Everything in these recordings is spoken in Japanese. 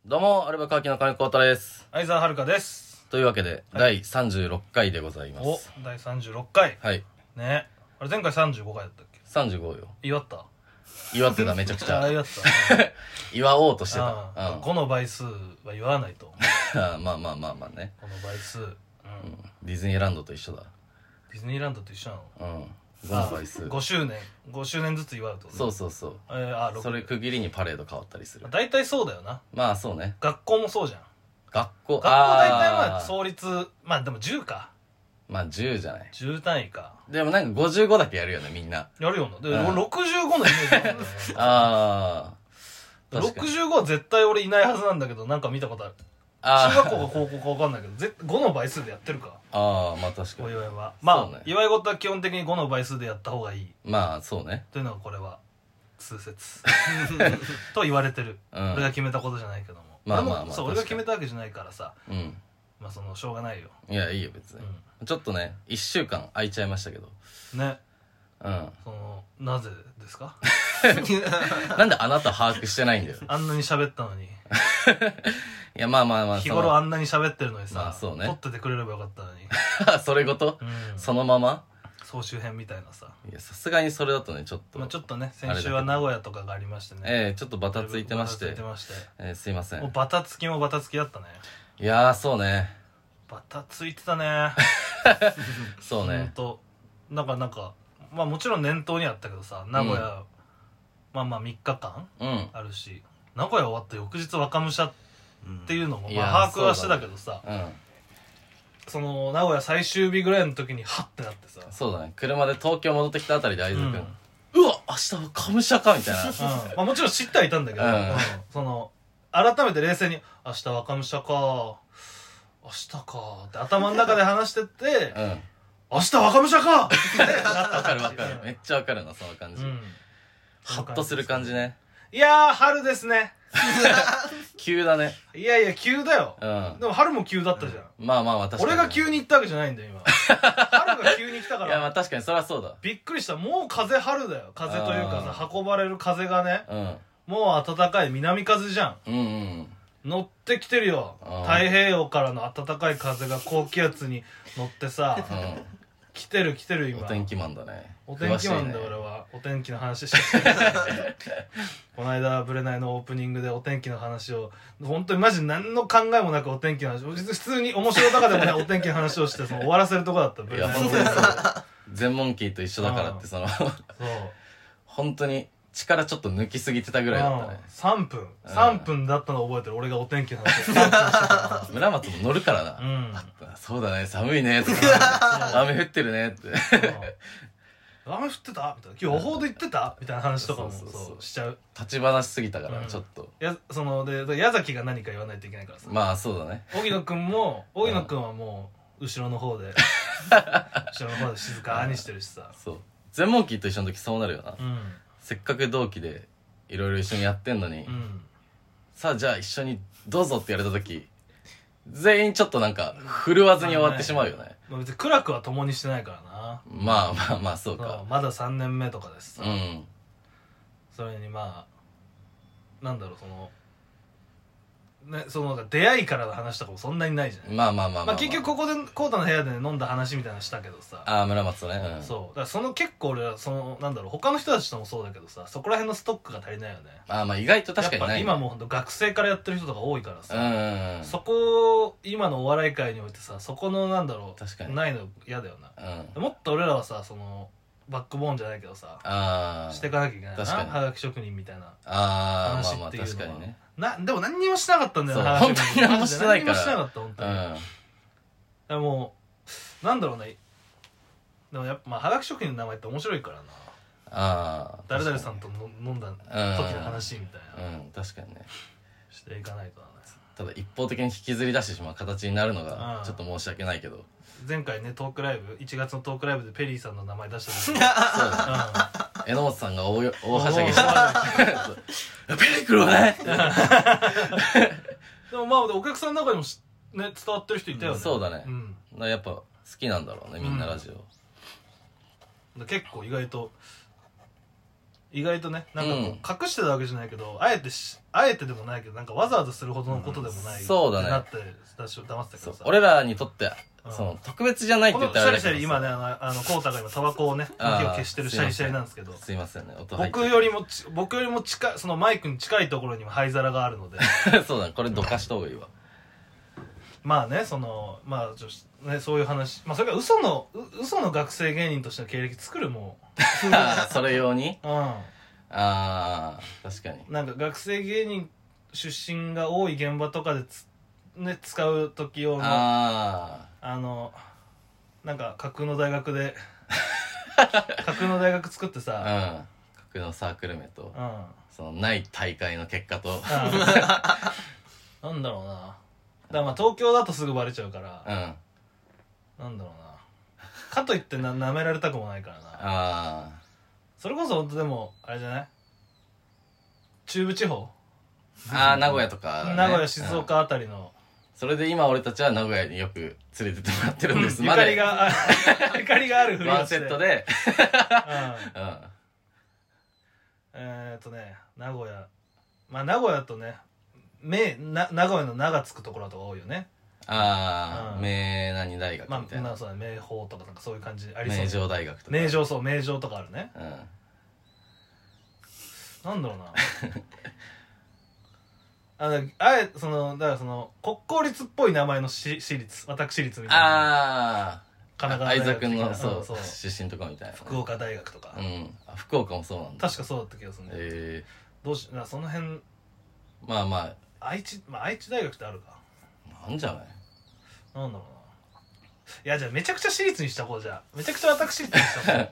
どうも、アルバカーキの金子太です。 相沢遥です。 というわけで、第36回でございます。 お、第36回。 はい。 ね。あれ前回35回だったっけ？ 35よ。 祝った？ 祝ってた、めちゃくちゃ。 祝った。 祝おうとしてた。 5の倍数は祝わないと。 まあね。 5の倍数。 ディズニーランドと一緒だ。 ディズニーランドと一緒なの ？5の倍数。 5周年ずつ祝うってこと？ そう。 それ区切りにパレード変わったりする。 大体そうだよな。 まあそうね。 学校もそうじゃん。 学校大体まあ創立、まあでも10か。 まあ10じゃない。 10単位か。 でもなんか55だけやるよね、みんな。 やるよな。で、俺65のイメージなんだよね。65は絶対俺いないはずなんだけど、なんか見たことある。中学校か高校か分かんないけど、5の倍数でやってるか。 まあ確かに。 お祝いは。まあ、祝い事は基本的に5の倍数でやった方がいい。 まあそうね。 というのがこれは、通説。と言われてる。俺が決めたことじゃないけども。まあそう、俺が決めたわけじゃないからさ。まあしょうがないよ。 いや、いいよ別に。ちょっとね、1週間空いちゃいましたけど。 ね。なぜですか？ なんであなた把握してないんだよ。 あんなに喋ったのに。 いや、まあ。 日頃あんなに喋ってるのにさ、 そうね。 撮っててくれればよかったのに。 それごとそのまま総集編みたいなさ。 いや、さすがにそれだとね、ちょっと。 まあちょっとね、先週は名古屋とかがありましてね。 ちょっとバタついてまして。すいません。 バタつきもバタつきだったね。 いやー、そうね。 バタついてたね。 そうね。 なんか、まあもちろん念頭にあったけどさ、名古屋、まあ3日間あるし、名古屋終わった翌日若武者っていうのもまあ把握はしてたけどさ、その名古屋最終日ぐらいの時にハッてなってさ、 そうだね、車で東京戻ってきたあたりで相津君、うわ明日若武者かみたいな。 まあもちろん知ってはいたんだけど、改めて冷静に明日若武者か、明日かって頭の中で話してて、明日若武者かわかるめっちゃわかるな、その感じ。ハッとする感じね。 いやー、春ですね。 急だね。 いや急だよ。でも春も急だったじゃん。 まあ確かに。 俺が急に行ったわけじゃないんだよ今。春が急に来たから。 いやまあ確かにそりゃそうだ。 びっくりした。もう風春だよ。風というかさ、運ばれる風がね、もう暖かい南風じゃん。乗ってきてるよ。太平洋からの暖かい風が高気圧に乗ってさ、来てる今。 お天気マンだね。 お天気マンだ俺は。お天気の話してる。この間ブレナイのオープニングでお天気の話を、本当にマジ何の考えもなくお天気の話を、普通に面白い中でもねお天気の話をして終わらせるとこだった。ブレナイの全モンキーと一緒だからって本当に力ちょっと抜きすぎてたぐらいだったね。 3分だったの覚えてる。俺がお天気の話を3分してた。 村松も乗るからな。そうだね、寒いねとか、雨降ってるねって。 雨降ってたみたいな。今日予報で言ってたみたいな話とかもそうしちゃう。 立ち話しすぎたからちょっと。 矢崎が何か言わないといけないからさ。 まあそうだね。 荻野くんはもう後ろの方で静かにしてるしさ。 そう。全モンキーと一緒の時そうなるよな。せっかく同期でいろいろ一緒にやってんのに、さあじゃあ一緒にどうぞってやれた時、全員ちょっとなんか振るわずに終わってしまうよね。 別に苦楽は共にしてないからな。 まあそうか。 まだ3年目とかですさ。それにまあなんだろう、出会いからの話とかもそんなにないじゃん。 まあ結局ここでコータの部屋で飲んだ話みたいなのしたけどさ。 村松とね。 そうだから結構俺はなんだろう、他の人たちともそうだけどさ、そこら辺のストックが足りないよね。 まあ意外と確かにない。 今もうほんと学生からやってる人とか多いからさ、そこを今のお笑い界においてさ、そこのなんだろう、ないの嫌だよな。もっと俺らはさ、バックボーンじゃないけどさ、していかなきゃいけないな。はがき職人みたいな話っていうのは。確かにね。でも何にもしてなかったんだよな。 本当に何もしてないから。 何にもしてなかった、本当に。でもなんだろうね。でもやっぱはがき職人の名前って面白いからな。誰々さんと飲んだ時の話みたいな。 確かにね。 していかないとだね。 ただ一方的に引きずり出してしまう形になるのがちょっと申し訳ないけど。 前回ね、トークライブ、1月のトークライブでペリーさんの名前出した時そうだね。榎本さんが大はしゃぎしてペリー来るわね。 でもまあお客さんの中にもね、伝わってる人いたよね。 そうだね。やっぱ好きなんだろうね、みんなラジオ。 結構意外と意外とねなんかこう隠してたわけじゃないけど、あえてでもないけどなんかわざわざするほどのことでもない、 そうだねなって黙ってたけどさ、 俺らにとってその特別じゃないって言ったらあれだけど、 シャリシャリ今ねコウタが今タバコをね火を消してるシャリシャリなんですけど、 すいませんね、音入って僕よりも近いそのマイクに近いところにも灰皿があるのでそうだね、これどかした方がいいわ。 まあねねそういう話、まあそれが嘘の学生芸人としての経歴作るもうそれ用にああ確かになんか学生芸人出身が多い現場とかで使う時用のなんか架空の大学で架空の大学作ってさ、 架空のサークル名と、そのない大会の結果となんだろうな、だからまあ東京だとすぐバレちゃうから、なんだろうな、かといって舐められたくもないからな。それこそ本当でもあれじゃない、中部地方、 名古屋とか、ね、 名古屋静岡あたりの、 それで今俺たちは名古屋によく連れてってもらってるんです、 ゆかりがあるふりをしてワンセットで名古屋、まあ名古屋とね名古屋の名がつくところとか多いよね。 名何大学みたいな、 そうだね、名宝とかなんかそういう感じありそう。 名城大学とか、 名城とかあるね。なんだろうなだからその国公立っぽい名前の私立みたいな、神奈川大学、 相沢君のそう出身とかみたいな、 福岡大学とか、 福岡もそうなんだ、 確かそうだった気がするね。その辺まあ愛知大学ってあるかなんじゃない、 なんだろうな。いやじゃあめちゃくちゃ私立にした方、じゃあめちゃくちゃ私立にした方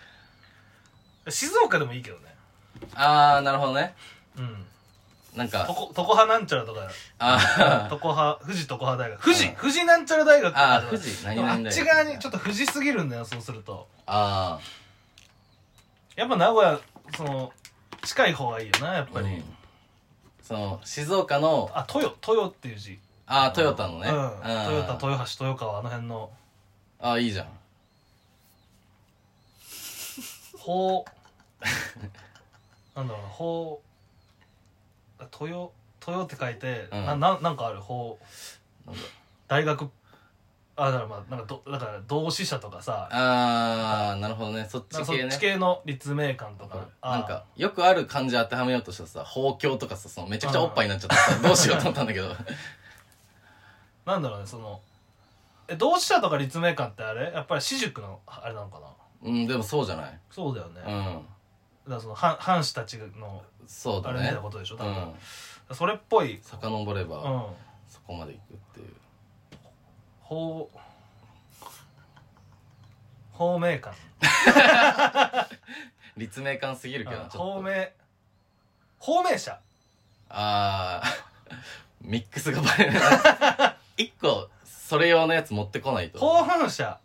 静岡でもいいけどね。 なるほどね。なんか常葉なんちゃらとか、富士常葉大学、富士なんちゃら大学、 富士何々大学、 あっち側にちょっと富士すぎるんだよ。そうするとやっぱ名古屋近い方がいいよな、やっぱり。 その静岡の豊っていう字、 トヨタのね、 トヨタ、豊橋、豊川、あの辺の。 いいじゃん。 なんだろうな、豊って書いて、なんかある大学、だからまあだから同志社とかさ、 なるほどね、そっち系ね、 そっち系の立命館とか、 なんかよくある漢字当てはめようとしたらさ、豊協とかさ、めちゃくちゃおっぱいになっちゃってさ、どうしようと思ったんだけどなんだろうね、同志社とか立命館ってあれやっぱり私塾のあれなのかな。 でもそうじゃない。 そうだよね。だから藩士たちのそうだね、 あれみたいなことでしょ、多分。それっぽい、 遡ればそこまでいくっていう。 方面館立命館すぎるけどな、ちょっと方面社、 ミックスがバレる一個それ用のやつ持ってこないと。 方反社、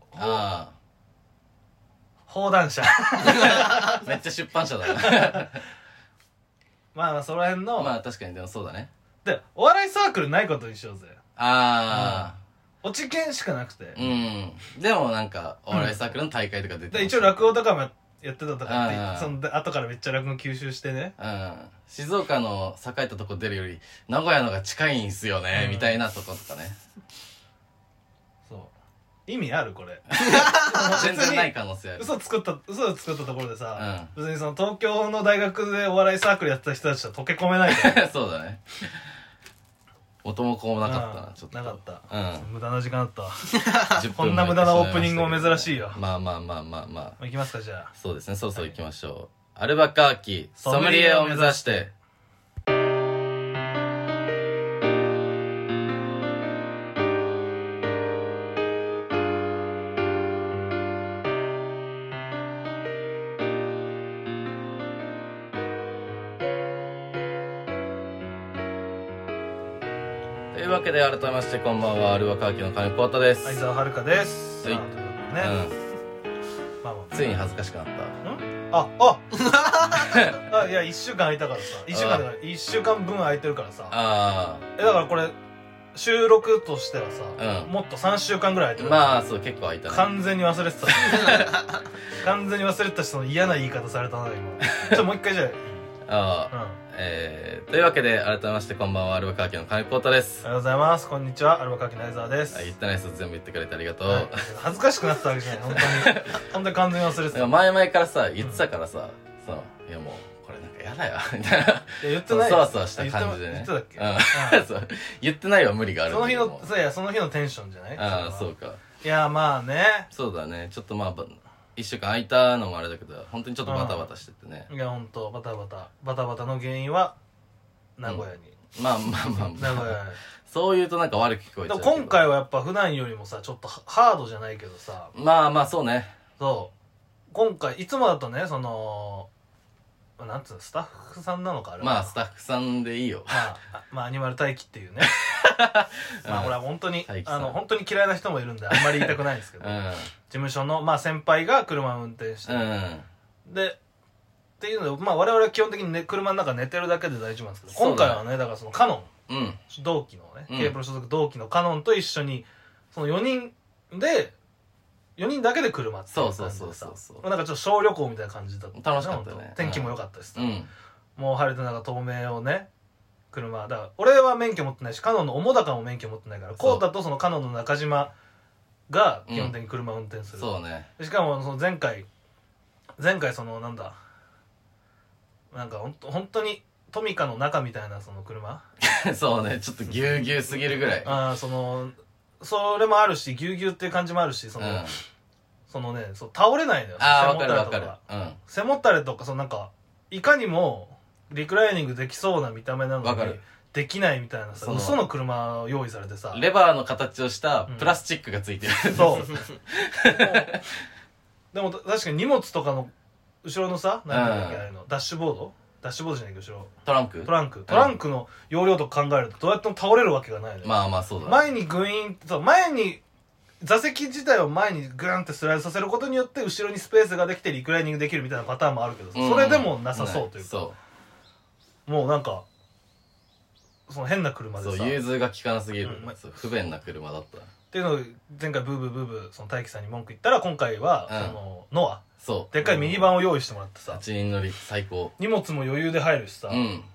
砲弾社めっちゃ出版社だなまあその辺の、 まあ確かに、でもそうだね。 でお笑いサークルないことにしようぜ。落ち研しかなくて、 でもなんかお笑いサークルの大会とか出てで一応落語とかもやってたとかって、後からめっちゃ落語吸収してね、 静岡の栄えたとこ出るより名古屋のが近いんすよね、みたいなとことかね。 そう意味あるこれ全然ない可能性ある。 嘘を作ったところでさ、別に東京の大学でお笑いサークルやってた人たちと溶け込めないからそうだね、元も子もなかったな、ちょっとなかった、無駄な時間だったこんな無駄なオープニングも珍しいよ。 まあいきますか、じゃあ。 そうですね、そろそろ行きましょう。アルバカーキソムリエを目指して。というわけで改めましてこんばんは、アルバカーキの金子太です。 相沢遥です。 はい、ついに恥ずかしくなった。 いや1週間空いたからさ、1週間分空いてるからさ、だからこれ収録としてはさ、 うんもっと3週間ぐらい空いてる。 まあそう結構空いたね。 完全に忘れてた完全に忘れてたし、その嫌な言い方されたな今。もう一回じゃああ、というわけで改めましてこんばんは、アルバカーキの金子太です。 おはようございます。こんにちは、アルバカーキの相沢です。 言ってないやつ全部言ってくれてありがとう、 はい、恥ずかしくなってたわけじゃない本当に本当に完全に忘れてた。 前々からさ言ってたからさ、そういやもうこれなんかやだよみたいな。いや言ってない。 そわそわした感じでね。 言ってたっけ？ そう言ってないは無理がある。 その日のその日のテンションじゃない？ ああそうか。 いやまあね。 そうだね。ちょっとまあ1週間空いたのもあれだけど、本当にちょっとバタバタしててね。 いや本当バタバタの原因は名古屋に。 まあ名古屋。そう言うとなんか悪く聞こえちゃうけど。 今回はやっぱ普段よりもさちょっとハードじゃないけどさ。 まあそうね。 そう今回いつもだとねそのなんつうのスタッフさんなのかあれは。 まあスタッフさんでいいよ。 まあアニマル待機っていうね。まあ俺は本当に本当に嫌いな人もいるんであんまり言いたくないんですけど、事務所の先輩が車を運転して、でっていうので我々は基本的に車の中寝てるだけで大丈夫なんですけど、今回はねだからそのカノン、同期のね K プロ所属同期のカノンと一緒にその4人だけで車っていう感じでさ、なんかちょっと小旅行みたいな感じだった。 楽しかったね。 天気も良かったしさ、もう晴れてなんか透明をね車だから俺は免許持ってないしカノンの澤高も免許持ってないからコウタとそのカノンの中島が基本的に車を運転する、 そうね。 しかもその前回そのなんだなんか本当にトミカの中みたいなその車そうねちょっとギュウギュウすぎるぐらいそれもあるしギュウギュウっていう感じもあるしそのね倒れないのよ。 わかるわかる。 背もたれとかなんかいかにもリクライニングできそうな見た目なのにできないみたいなさ嘘の車を用意されてさ、 レバーの形をしたプラスチックがついてる、 そうでも確かに荷物とかの後ろのさ何だっけあれのダッシュボードじゃないけど後ろトランクの容量とか考えるとどうやっても倒れるわけがないのよ。 まあそうだ、 前にグイーンって前に座席自体を前にグーンってスライドさせることによって後ろにスペースができてリクライニングできるみたいなパターンもあるけど、それでもなさそうというか、もうなんかその変な車でさ融通が利かなすぎる、不便な車だったっていうのを前回ブーその大輝さんに文句言ったら今回はそのノアでっかいミニバンを用意してもらってさ、 8人乗り最高、 荷物も余裕で入るしさ、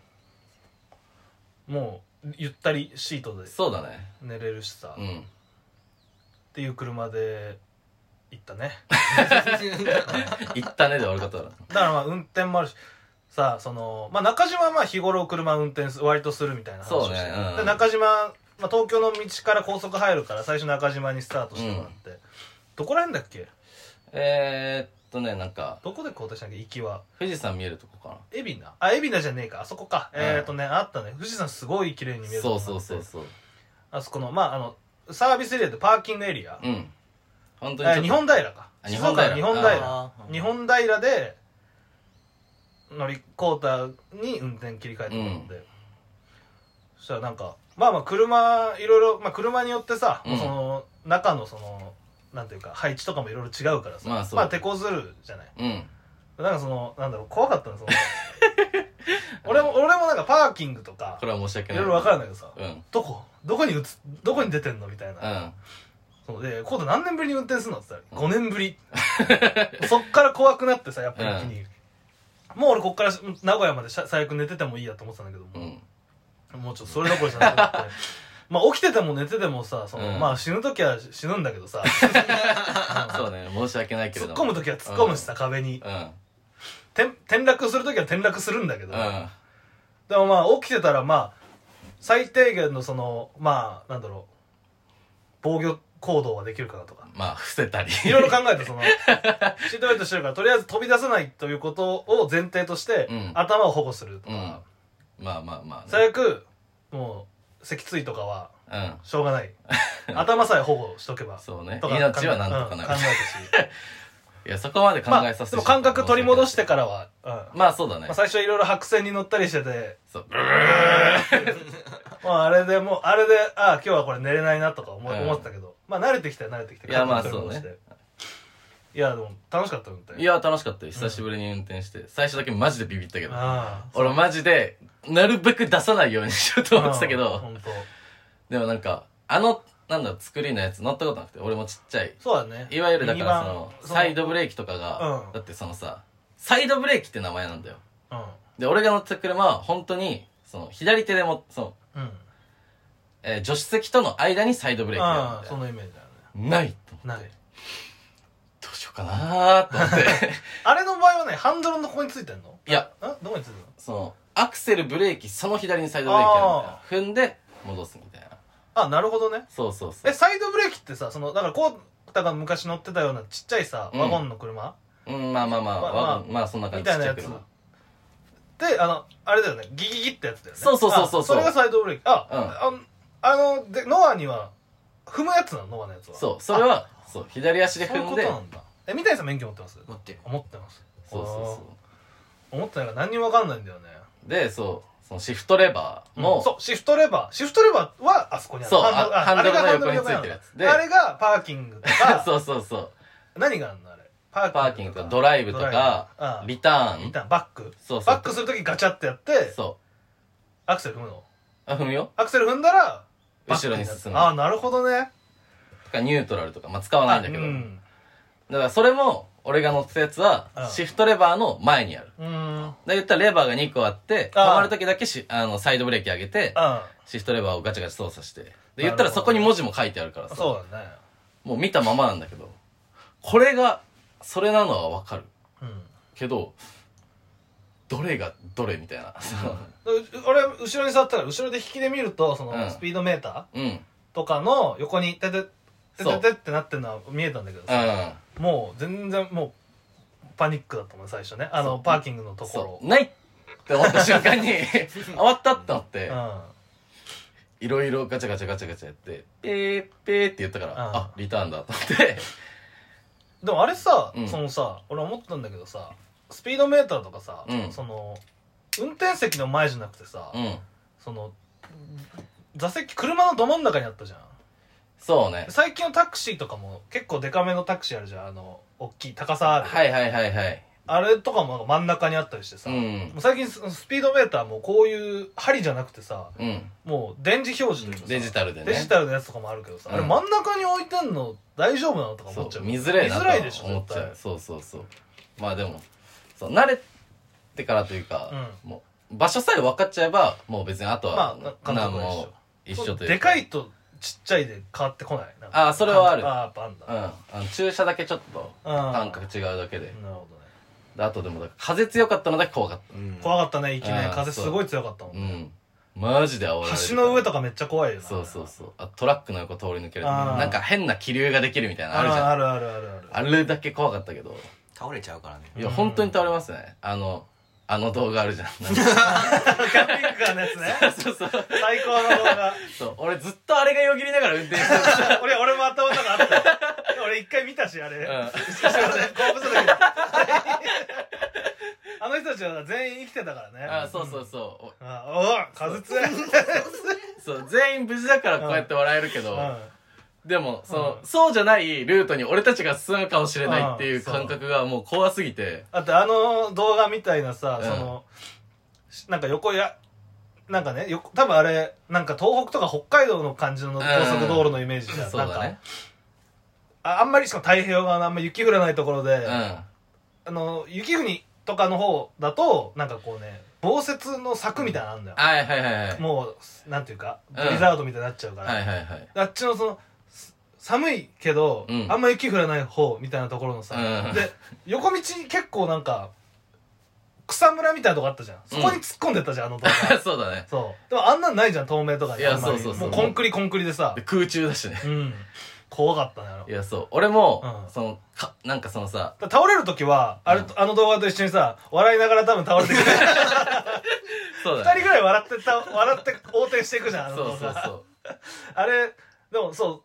もうゆったりシートでそうだね寝れるしさ、っていう車で行ったね行ったねで悪かったな。だから運転もあるしさ中島は日頃車運転割とするみたいな話をして、で中島、東京の道から高速入るから最初中島にスタートしてもらって、どこら辺だっけなんかどこで交代したんだっけ行きは富士山見えるとこかな。 海老名じゃねえかあそこか、あったね富士山すごい綺麗に見えるとこそうあそこのサービスエリアでパーキングエリア、 本当に日本平か日本平でコータに運転切り替えてもらって、そしたらなんか車いろいろ車によってさ、その中のそのなんていうか配置とかもいろいろ違うからさ、手こずるじゃない、なんかなんだろう怖かったの俺もなんかパーキングとかこれは申し訳ないいろいろ分からないけどさ、どこに出てんのみたいな、でコータ何年ぶりに運転するのって言ったら5年ぶりそっから怖くなってさやっぱり一気に、もう俺こっから名古屋まで最悪寝ててもいいやと思ってたんだけども、もうちょっとそれどころじゃなくて起きてても寝ててもさ死ぬ時は死ぬんだけどさそうね申し訳ないけれど突っ込む時は突っ込むしさ、壁に転落する時は転落するんだけど、でも起きてたら最低限のなんだろう防御行動はできるかなとか伏せたりいろいろ考えてシートベルトしてるからとりあえず飛び出さないということを前提として、頭を保護するとか、最悪もう脊椎とかはしょうがない、頭さえ保護しとけばそうね命はなんとかなる、考えたしいやそこまで考えさせて、 でも感覚取り戻してからはそうだね、 最初はいろいろ白線に乗ったりしててあれで今日はこれ寝れないなとか思ってたけど、慣れてきていやそうね、 いやでも楽しかったみたいな。 いや楽しかったよ久しぶりに運転して、最初だけマジでビビったけど、俺マジでなるべく出さないようにしようと思ってたけど、 でもなんかなんだ作りのやつ乗ったことなくて、俺もちっちゃい。 そうだね。 いわゆるだからそのサイドブレーキとかが、だってそのさ、サイドブレーキって名前なんだよ。で、俺が乗った車は本当に、その左手でも、助手席との間にサイドブレーキがあるみたいな。 そのイメージだよね。ないと思って。どうしようかなーと思って。 あれの場合はね、ハンドルのここについてんの？ いや。 どこについてんの？ その、アクセル、ブレーキ、その左にサイドブレーキあるみたいな。踏んで、戻すみたいな。 あ、なるほどね。 そうそうそう。 サイドブレーキってさ、だからこうたが昔乗ってたようなちっちゃいさ、ワゴンの車？ まあ、まあそんな感じ。 みたいなやつ。で、あれだよね、ギギギってやつだよね。 そう。 それがサイドブレーキ。で、ノアには、踏むやつなの、ノアのやつは。 そう、それは、左足で踏んで。 そういうことなんだ。三谷さん免許持ってます？ 持ってる。 持ってます。 そう思ってないから何にも分かんないんだよね。 で、そのシフトレバーも、 そう、シフトレバーはあそこにある。 そう、ハンドルの横についてるやつで。あれがパーキングとか。 そう。 何があるのあれ。 パーキングとか、ドライブとか、リターン、 バック。バックするときガチャってやって、アクセル踏むの？ 踏むよ。 アクセル踏んだら、 後ろに進む。 ああ、なるほどね。 ニュートラルとか、使わないんだけど。だからそれも、俺が乗ってたやつは、シフトレバーの前にある。言ったらレバーが2個あって、止まるときだけサイドブレーキ上げて、シフトレバーをガチャガチャ操作して。で、言ったらそこに文字も書いてあるからさ。 そうだね。 もう見たままなんだけど、これが、それなのはわかる。けど、どれがどれみたいな。 俺、後ろに座ったから、後ろで引きで見ると、スピードメーターとかの横に、ててってなってるのは見えたんだけどさ、もう全然もうパニックだったもん最初ね、パーキングのところないって思った瞬間に終わったってなって、いろいろガチャガチャやってペーって言ったから、あ、リターンだと思って。 でもあれさ、俺思ったんだけどさ、スピードメーターとかさ、運転席の前じゃなくてさ、座席、車のど真ん中にあったじゃん。 そうね。 最近のタクシーとかも結構デカめのタクシーあるじゃん。大きい高さある。 はい。 あれとかも真ん中にあったりしてさ、最近スピードメーターもこういう針じゃなくてさ、もう電磁表示というかさ、 デジタルでね。 デジタルのやつとかもあるけどさ、あれ真ん中に置いてんの大丈夫なのとか思っちゃう。 見づらいなと思っちゃう。そう。まあでも、慣れてからというか、もう場所さえ分かっちゃえば、もう別にあとは、もう一緒というか。 でかいとちっちゃいで変わってこない。 ああ、それはある。 ああ、あんだ。 駐車だけちょっと感覚違うだけで。 なるほどね。 あとでも風強かったのだけ怖かった。 怖かったね、息ね。風すごい強かったもんね。マジで煽られる。 橋の上とかめっちゃ怖いよな。 そう。トラックの横通り抜けるとなんか変な気流ができるみたいなのあるじゃん。 ある。 あれだけ怖かったけど。 倒れちゃうからね。 いや、本当に倒れますね。あの動画あるじゃん。 キャンピングカーのやつね。 そう。 最高の動画。 そう。俺ずっとあれがよぎりながら運転してた。 俺も頭の中あった。俺一回見たし、あれ。後ろで、後部座席。あの人たちは全員生きてたからね。 あ、そう。 風強い。 そう、全員無事だからこうやって笑えるけど、でも、そうじゃないルートに俺たちが進むかもしれないっていう感覚がもう怖すぎて。 だって動画みたいなさ、なんかなんかね、多分あれ、なんか東北とか北海道の感じの高速道路のイメージじゃん。 そうだね。 あんまりしかも太平洋側のあんまり雪降らないところで、雪国とかの方だと、なんかこうね、防雪の柵みたいなのあるんだよ。 はい。 もう、なんていうか、ブリザードみたいになっちゃうから。あっちの寒いけど、あんま雪降らない方みたいなところのさ、で、横道結構なんか、草むらみたいなとこあったじゃん。そこに突っ込んでったじゃん、動画。 そうだね。 そう。でもあんなんないじゃん、透明とかに。 いや、そう。 もうコンクリでさ。 空中だしね。 怖かったね、 いや、そう。俺も、なんかさ、 倒れるときは、あの動画と一緒にさ、笑いながら多分倒れてくる。 そうだね。 二人ぐらい笑って横転していくじゃん、あの動画。そう。あれ、でもそう、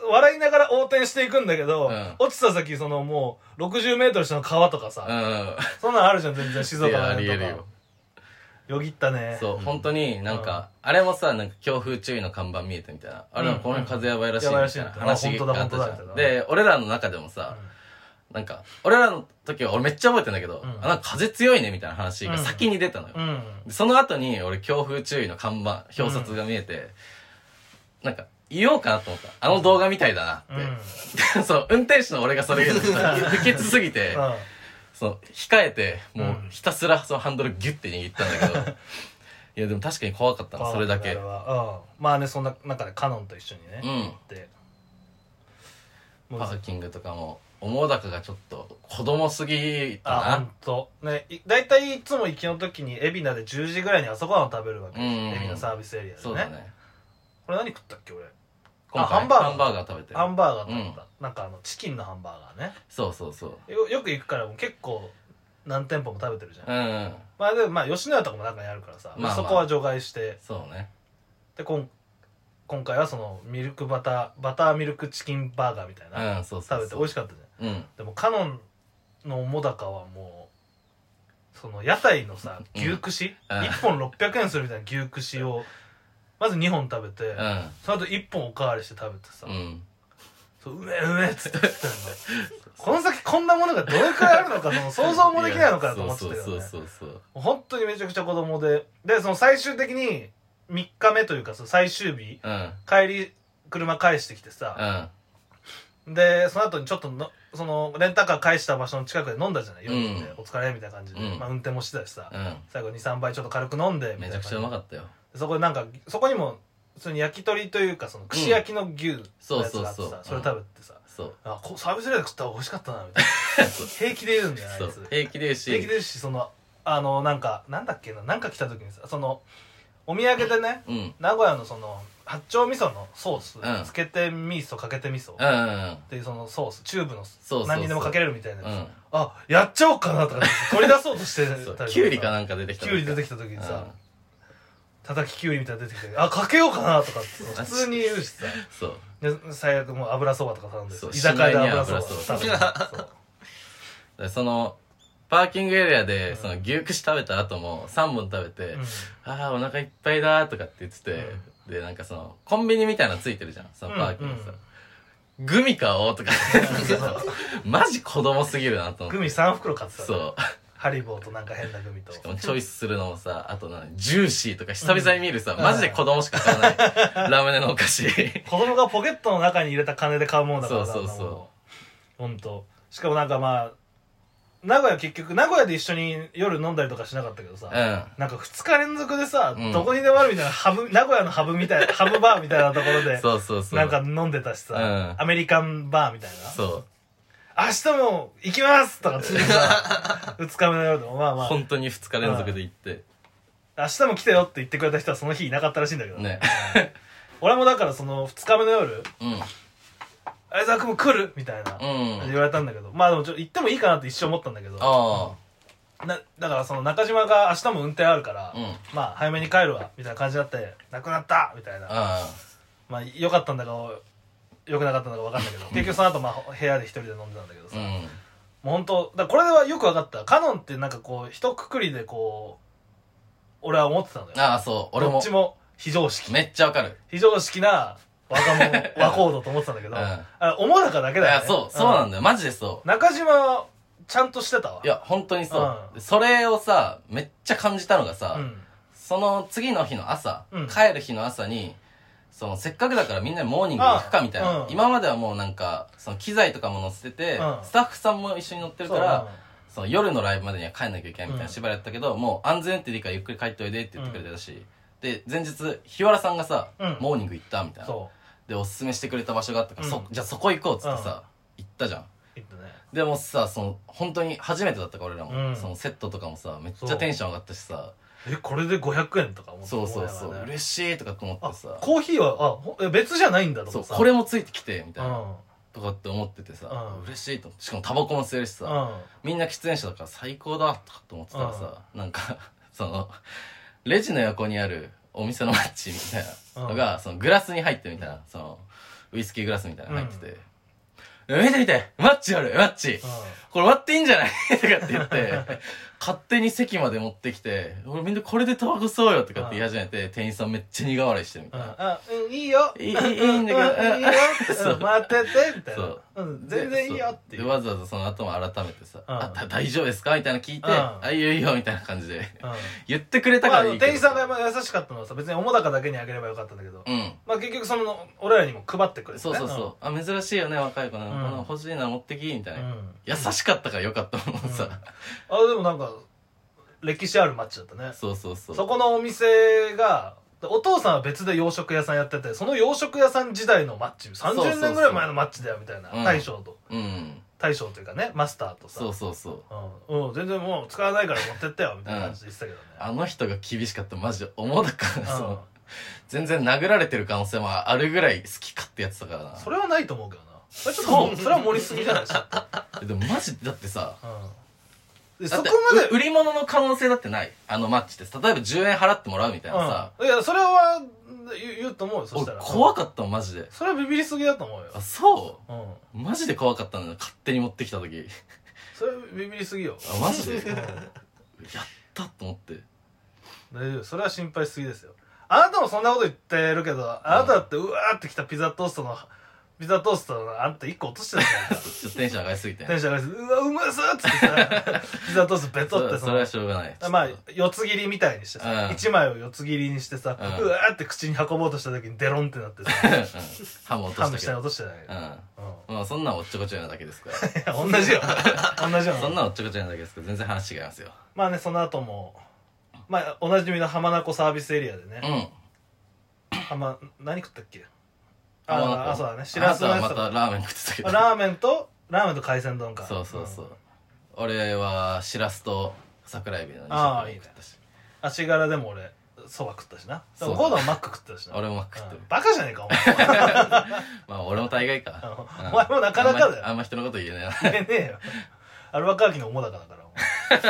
笑いながら横転していくんだけど、落ちた先、もう、60メートル下の川とかさ、そんなんあるじゃん、全然、静岡の辺とか。ありえるよ。よぎったね。 そう、本当になんか、あれもさ、なんか強風注意の看板見えたみたいな。あれもこの風やばいらしいみたいな話があったじゃん。で、俺らの中でもさ、なんか、俺らの時は俺めっちゃ覚えてんだけど、なんか風強いねみたいな話が先に出たのよ。その後に俺強風注意の看板、表札が見えて、 なんか言おうかなと思った。あの動画みたいだなって。そう、運転手の俺がそれ言うの不潔すぎて、そう、控えて、もうひたすらそのハンドルギュッて握ったんだけど、いやでも確かに怖かったな、それだけ。 まあね、そんな中でカノンと一緒にね、行って。 パーキングとかも、思うだかがちょっと子供すぎたな。 ほんと。ね、だいたいいつも行きの時に海老名で10時ぐらいに朝ごはんを食べるわけ。海老名サービスエリアでね。そうだね。これ何食ったっけ俺。ハンバーガー食べてる。ハンバーガー食べた。なんかチキンのハンバーガーね。 そうそうそう。 よく行くからもう結構何店舗も食べてるじゃん。まあでも吉野家とかも中にあるからさ、そこは除外して。 そうね。で、 今回はそのミルクバターミルクチキンバーガーみたいな食べて美味しかったじゃん。でもカノンのもだかはもうその屋台のさ牛串1本600円するみたいな牛串をまず2本食べて、その後1本おかわりして食べてさ、うめえうめえっつって言ってたんだ。この先こんなものがどれくらいあるのか想像もできないのかと思ってたよね。本当にめちゃくちゃ子供で、その最終的に3日目というか最終日、帰り車返してきてさ、でその後にちょっとそのレンタカー返した場所の近くで飲んだじゃない、夜でお疲れみたいな感じで、まあ運転もしてたしさ、最後 2,3 杯ちょっと軽く飲んでめちゃくちゃうまかったよ。 そこでなんかそこにも普通に焼き鳥というかその串焼きの牛のやつがあってさ、それ食べてさ、サービスエリアで食ったら美味しかったなみたいな平気で言うんだよあいつ。 平気で言うし、そのなんかなんだっけな、なんか来た時にさ、そのお土産でね、名古屋のその八丁味噌のソース、つけて味噌かけて味噌っていうそのソース、チューブの何にでもかけれるみたいなやつ、やっちゃおうかなとか取り出そうとしてたり、 キュウリかなんか出てきた、 キュウリ出てきた時にさ、叩きキュウリみたいなの出てきて、かけようかなとか普通に言うしさ、で最悪もう油そばとか頼んで、居酒屋で油そば食べて、そのパーキングエリアでその牛串食べた後も3本食べて、ああお腹いっぱいだとかって言ってて、でなんかそのコンビニみたいなのついてるじゃん、そのパーキングさ、グミ買おうとかマジ子供すぎるなと思って。 グミ3袋買ってた。 そう、 ハリボーとなんか変なグミと、 しかもチョイスするのもさ、あとジューシーとか久々に見るさ、マジで子供しか買わないラムネのお菓子子供がポケットの中に入れた金で買うもんだから。そうほんと。しかもなんかまあ名古屋で一緒に夜飲んだりとかしなかったけどさ、なんか2日連続でさ、どこにでもあるみたいな名古屋のハブみたいなハブバーみたいなところでなんか飲んでたしさ、アメリカンバーみたいな、明日も行きますとかつってさ2日目の夜でもまあまあ本当に2日連続で行って、 明日も来てよって言ってくれた人はその日いなかったらしいんだけどね。俺もだからその2日目の夜、相沢君も来るみたいな言われたんだけど、まあでも行ってもいいかなって一瞬思ったんだけど、だからその中島が明日も運転あるから、まあ早めに帰るわみたいな感じになって、なくなったみたいな、まあ良かったんだか良くなかったんだか分かんないけど、結局その後まあ部屋で一人で飲んでたんだけどさ、もう本当だこれではよく分かった。カノンってなんかこう一括りでこう俺は思ってたんだよ。 そう俺もどっちも非常識、 めっちゃ分かる、 非常識な若者和コードと思ってたんだけど、おもだかだけだよね。 そうなんだよ、マジでそう。 中島はちゃんとしてたわ。 いや本当にそう、それをさめっちゃ感じたのがさ、その次の日の朝、帰る日の朝にそのせっかくだからみんなでモーニング行くかみたいな、今まではもうなんかその機材とかも乗せてて、スタッフさんも一緒に乗ってるから、その夜のライブまでには帰んなきゃいけないみたいな縛りやったけど、もう安全運転でいいからゆっくり帰っておいでって言ってくれてたし、で前日日原さんがさ、モーニング行ったみたいなでおすすめしてくれた場所があったから、じゃあそこ行こうっつってさ、行ったじゃん。 行ったね。 でもさ、その本当に初めてだったから俺らも、そのセットとかもさめっちゃテンション上がったしさ、 これで500円とか思って、 そう嬉しいとかと思ってさ、 コーヒーは別じゃないんだとかさ、 これもついてきてみたいなとかって思っててさ、嬉しいと。しかもタバコも吸えるしさ、みんな喫煙者だから最高だとかって思ってたらさ、なんかそのレジの横にあるお店のマッチみたいなのがそのグラスに入ってるみたいな、そのウイスキーグラスみたいなの入ってて、 見て見てマッチあるマッチ、これ割っていいんじゃないとかって言って、勝手に席まで持ってきて、俺みんなこれでタバコ吸おうよとかって言い始めて、店員さんめっちゃ苦笑いしてるみたいな。 いいよ。いいんだけど、いいよって、待ってて、みたいな。全然いいよってで、わざわざその後も改めてさ、大丈夫ですかみたいな聞いて、いいよいいよみたいな感じで、言ってくれたからいいけど。 店員さんが優しかったのはさ、別におもだかだけにあげればよかったんだけど、まあ結局その、俺らにも配ってくれてね。 そう。珍しいよね、若い子な。欲しいな、持ってき、みたいな。優しかったからよかったもんさ。 でもなんか、歴史あるマッチだったね。 そこのお店が、お父さんは別で洋食屋さんやってて、その洋食屋さん時代のマッチ、30年ぐらい前のマッチだよみたいな。大将と。大将というかね、マスターとさ。全然もう使わないから持ってってよみたいな感じで言ってたけどね。 あの人が厳しかった、マジで。思うだからさ、全然殴られてる可能性もあるぐらい好き勝手やってたからな。 それはないと思うけどな。それは盛りすぎじゃないですか。 でもマジだってさ、 そこまで売り物の可能性だってない。あのマッチって例えば10円払ってもらうみたいなさ、 いやそれは言うと思うよ。そしたら怖かったもんマジで。 それはビビりすぎだと思うよ。 そうマジで怖かったんだよ、勝手に持ってきた時。 それビビりすぎよ。 マジでやったと思って。 大丈夫、それは心配しすぎですよ。あなたもそんなこと言ってるけど、あなただってうわーってきたピザトーストのあんた1個落としてたじゃんか。 テンション上がりすぎて。 テンション上がりすぎて、うわ、うまそうっつってさ、ピザトーストベトってそれはしょうがない。 まあ、四つ切りみたいにしてさ、1枚を四つ切りにしてさ、うわーって口に運ぼうとした時にデロンってなってさ、 ハム落としたけど。ハム下に落としてない。 まあそんなんおっちょこちょいなだけですから。同じよ。 そんなんおっちょこちょいなだけですから、全然話違いますよ。 まあね、その後も、まあ、おなじみの浜名湖サービスエリアでね。何食ったっけ？そうだね。しらすのやつ。 またラーメン食ってたけど。 ラーメンと海鮮丼か。 そう。俺はしらすと桜エビの2食食ったし。 足柄でも俺、そば食ったしな。ゴードンはマック食ってたしな。 俺もマック食ってる。 バカじゃねえか、お前。 まあ俺も大概か。 お前もなかなかだよ。 あんま人のこと言えねえな。 言えねえよ。アルバカーキのおもだかだから。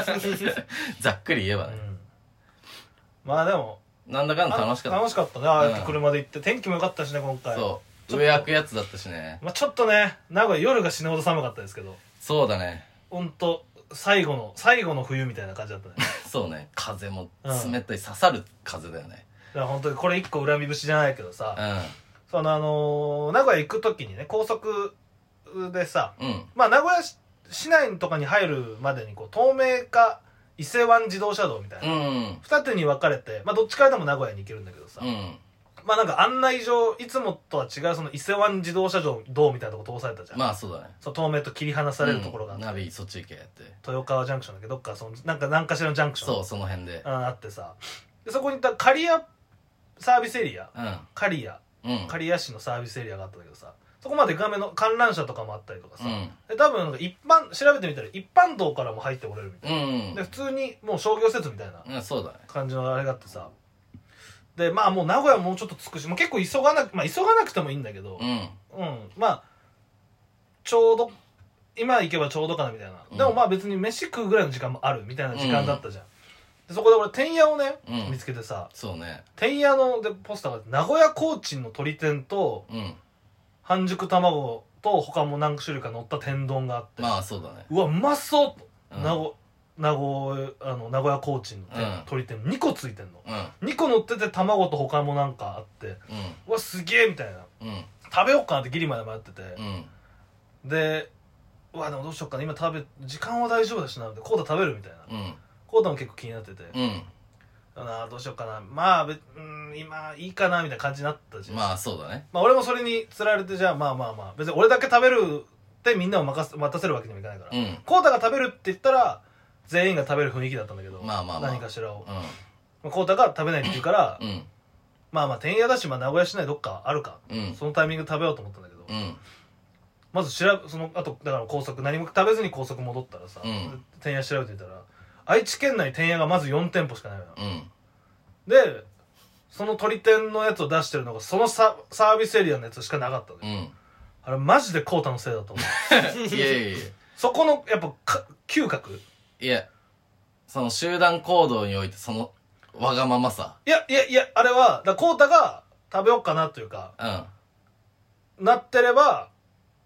ざっくり言えばね。 まあでも、 なんだかんだ楽しかった。 楽しかったね。ああやって車で行って。天気も良かったしね、今回。 そう。上開くやつだったしね。 まあちょっとね、名古屋夜が死ぬほど寒かったですけど。 そうだね。 ほんと、最後の冬みたいな感じだったね。 そうね。風も冷たい、刺さる風だよね。 だから本当にこれ一個恨み節じゃないけどさ、その名古屋行く時にね、高速でさ、まあ名古屋市内とかに入るまでにこう東名か伊勢湾自動車道みたいな、二手に分かれて、まあどっちからでも名古屋に行けるんだけどさ、まあなんか案内上いつもとは違うその伊勢湾自動車道みたいなとこ通されたじゃん。 まあそうだね。 そう東名と切り離されるところがあって、 ナビそっち行けやって、 豊川ジャンクションだけど、どっかそのなんかしらのジャンクション、 そうその辺であってさ、でそこに行った刈谷サービスエリア、刈谷市のサービスエリアがあったんだけどさ、そこまで画面の観覧車とかもあったりとかさ、で多分調べてみたら一般道からも入ってこれるみたいな、で普通にもう商業施設みたいな感じのあれがあってさ、でまあもう名古屋もうちょっと着くし、もう結構急がなくてもいいんだけど、まあちょうど今行けばちょうどかなみたいな、でもまあ別に飯食うぐらいの時間もあるみたいな時間だったじゃん。でそこで俺天屋をね、見つけてさ、 そうね、 天屋のでポスターが名古屋コーチンの鶏天と、半熟卵と他も何種類か乗った天丼があって、 まあそうだね、 うわうまそうと、名古屋コーチンの鶏天2個ついてんの、2個乗ってて卵と他もなんかあって、うわすげえみたいな、食べようかなってギリまで迷ってて、でうわでもどうしようかな、今時間は大丈夫だしなって、コータ食べるみたいな、コータも結構気になってて、どうしようかな、まあ今いいかなみたいな感じになったじゃん。 まあそうだね。 まあ俺もそれにつられて、じゃあまあ別に俺だけ食べるってみんなを待たせるわけにもいかないから、コータが食べるって言ったら全員が食べる雰囲気だったんだけど、何かしらを、コータが食べないって言うから、まあ天屋だし、名古屋市内どっかあるか、そのタイミングで食べようと思ったんだけど、まずその後だから高速何も食べずに高速戻ったらさ、天屋調べてみたら愛知県内天屋がまず4店舗しかないのよ、でその鶏天のやつを出してるのがそのサービスエリアのやつしかなかったのよ、あれマジでコータのせいだと思う。 いやそこのやっぱ嗅覚、 いやその集団行動においてそのわがままさ、 いやあれはコータが食べようかなというか、なってれば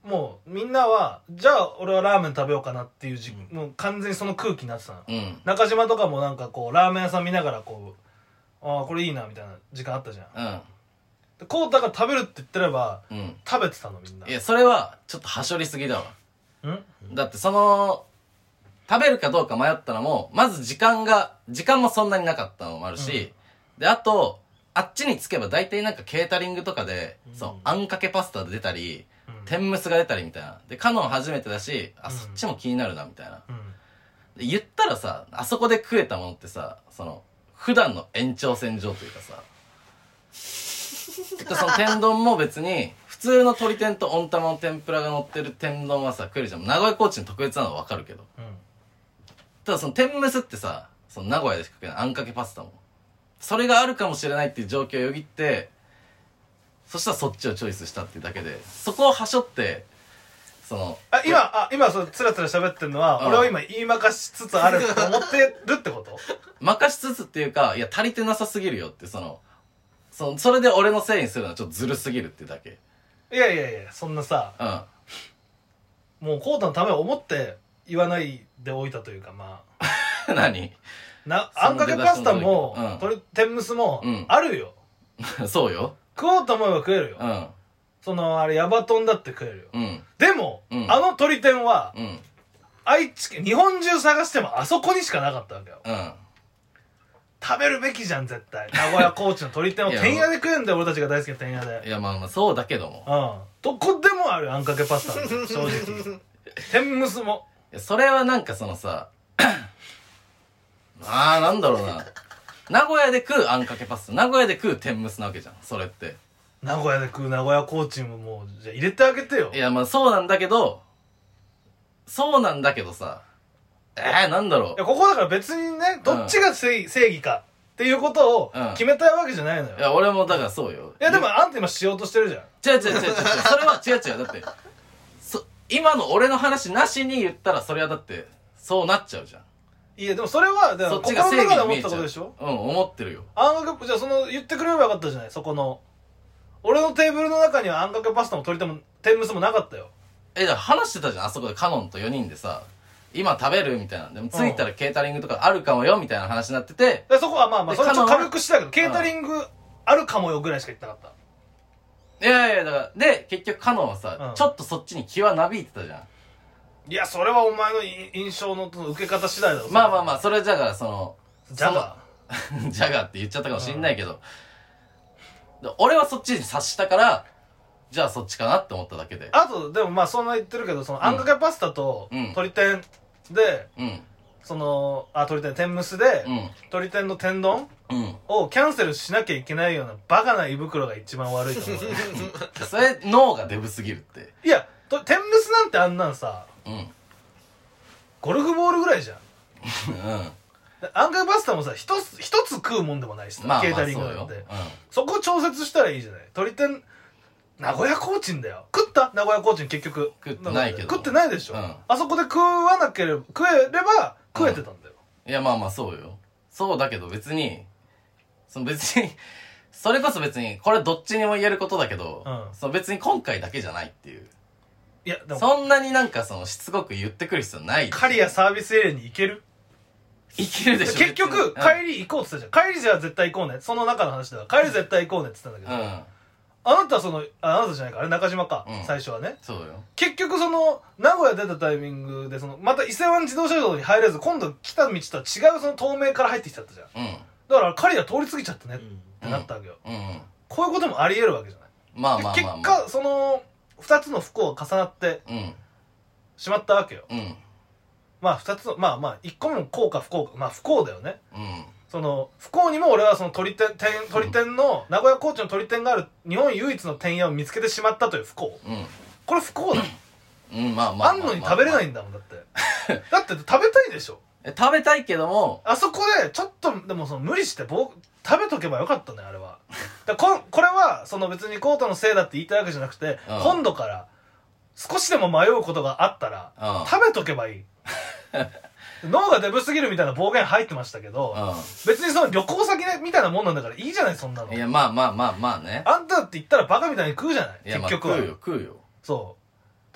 もうみんなはじゃあ俺はラーメン食べようかなっていうもう完全にその空気になってたの、中島とかもなんかこうラーメン屋さん見ながらこうああこれいいなみたいな時間あったじゃん、でコウタが食べるって言ってれば、食べてたのみんな。 いやそれはちょっとはしょりすぎだわ。だってその食べるかどうか迷ったのもまず時間もそんなになかったのもあるし、であとあっちに着けば大体なんかケータリングとかで、そうあんかけパスタ出たり、天むすが出たりみたいな。でカノン初めてだし、そっちも気になるなみたいな、で言ったらさあそこで食えたものってさその普段の延長線上というかさその天丼も別に普通の鶏天と温玉の天ぷらが乗ってる天丼はさ食えるじゃん。名古屋コーチの特別なのは分かるけど、ただその天むすってさその名古屋でしか食えないあんかけパスタもそれがあるかもしれないっていう状況をよぎって、そしたらそっちをチョイスしたっていうだけで、そこをはしょってその今そのつらつら喋ってるのは、俺は今言いまかしつつあると思ってるってこと？ 任しつつっていうか、いや足りてなさすぎるよってそれで俺のせいにするのはちょっとずるすぎるってだけ。 いやそんなさ、もうコウタのためを思って言わないでおいたというか、まあ何あんかけパスタも、天むすもあるよ。 そうよ。 食おうと思えば食えるよ。そのあれヤバトンだって食えるよ。でも、あの鶏天は、愛知県日本中探してもあそこにしかなかったわけよ。食べるべきじゃん絶対。名古屋コーチの鶏天を天屋で食えんだよ俺たちが大好きな天屋で。 いやまあそうだけども、 どこでもあるあんかけパスタ正直天むすも。 それはなんかそのさなんだろうな、名古屋で食うあんかけパスタ、名古屋で食う天むすなわけじゃんそれって。 名古屋で食う名古屋コーチももうじゃあ入れてあげてよ。 いやまあそうなんだけどさ、なんだろう。いやここだから別にねどっちが正義かっていうことを決めたいわけじゃないのよ。 いや俺もだからそうよ。 いやでもあんた今しようとしてるじゃん。 違うそれは違うだって今の俺の話なしに言ったらそれはだってそうなっちゃうじゃん。 いやでもそれはそっちが正義に見えちゃう。 心の中で思ったことでしょ。 思ってるよ。 あんかけじゃあその言ってくれればよかったじゃない。そこの俺のテーブルの中にはあんかけパスタも鶏天も天むすもなかったよ。 だから話してたじゃんあそこでカノンと4人でさ今食べるみたいな。でも着いたらケータリングとかあるかもよみたいな話になってて、 そこはまあそれちょっと軽くしたけど、ケータリングあるかもよぐらいしか言ってなかった。 いやだからで結局カノンはさ、ちょっとそっちに気はなびいてたじゃん。 いやそれはお前の印象の受け方次第だろ。 まあそれだからジャガーって言っちゃったかもしんないけど、俺はそっちに察したからじゃあそっちかなって思っただけで。 あとでもまあそんな言ってるけど、そのあんかけパスタと鶏天で、鶏天天むすで、鶏天の天丼をキャンセルしなきゃいけないようなバカな胃袋が一番悪いと思うそれ脳がデブすぎるって。 いや天むすなんてあんなんさ、ゴルフボールぐらいじゃん。あんかけパスタもさ一つ食うもんでもないしさ、ケータリングなんでそこ調節したらいいじゃない。鶏天名古屋コーチンだよ。食った名古屋コーチン結局食ってないけど。 食ってないでしょ、あそこで食えれば食えてたんだよ。 いやまあそうよ。そうだけど別にそれこそ別にこれどっちにも言えることだけど、別に今回だけじゃないっていう。 いやでもそんなになんかしつこく言ってくる必要ない。 刈谷サービスエリアに行けるでしょ。 結局帰り行こうって言ったじゃん。帰りじゃ絶対行こうね。その中の話では帰り絶対行こうねって言ったんだけど、あなたはあなたじゃないか、あれ中島か、最初はね。 そうよ。 結局名古屋出たタイミングでまた伊勢湾自動車道に入れず、今度来た道とは違う透明から入ってきちゃったじゃん。だから刈谷通り過ぎちゃったねってなったわけよ。こういうこともあり得るわけじゃない。結果2つの不幸が重なってしまったわけよ。2つの1個目も幸か不幸か、不幸だよね。不幸にも俺は鶏天の名古屋コーチの鶏天がある日本唯一の天屋を見つけてしまったという不幸。これ不幸だよ。あんのに食べれないんだもん。だって食べたいでしょ。 食べたいけどもあそこでちょっとでも無理して食べとけばよかったねあれは。これは別にコートのせいだって言いたいわけじゃなくて、今度から少しでも迷うことがあったら食べとけばいい。脳がデブすぎるみたいな暴言入ってましたけど、別に旅行先みたいなもんなんだからいいじゃないそんなの。 いやまあね。 あんたって言ったらバカみたいに食うじゃない。結局は食うよ。 そう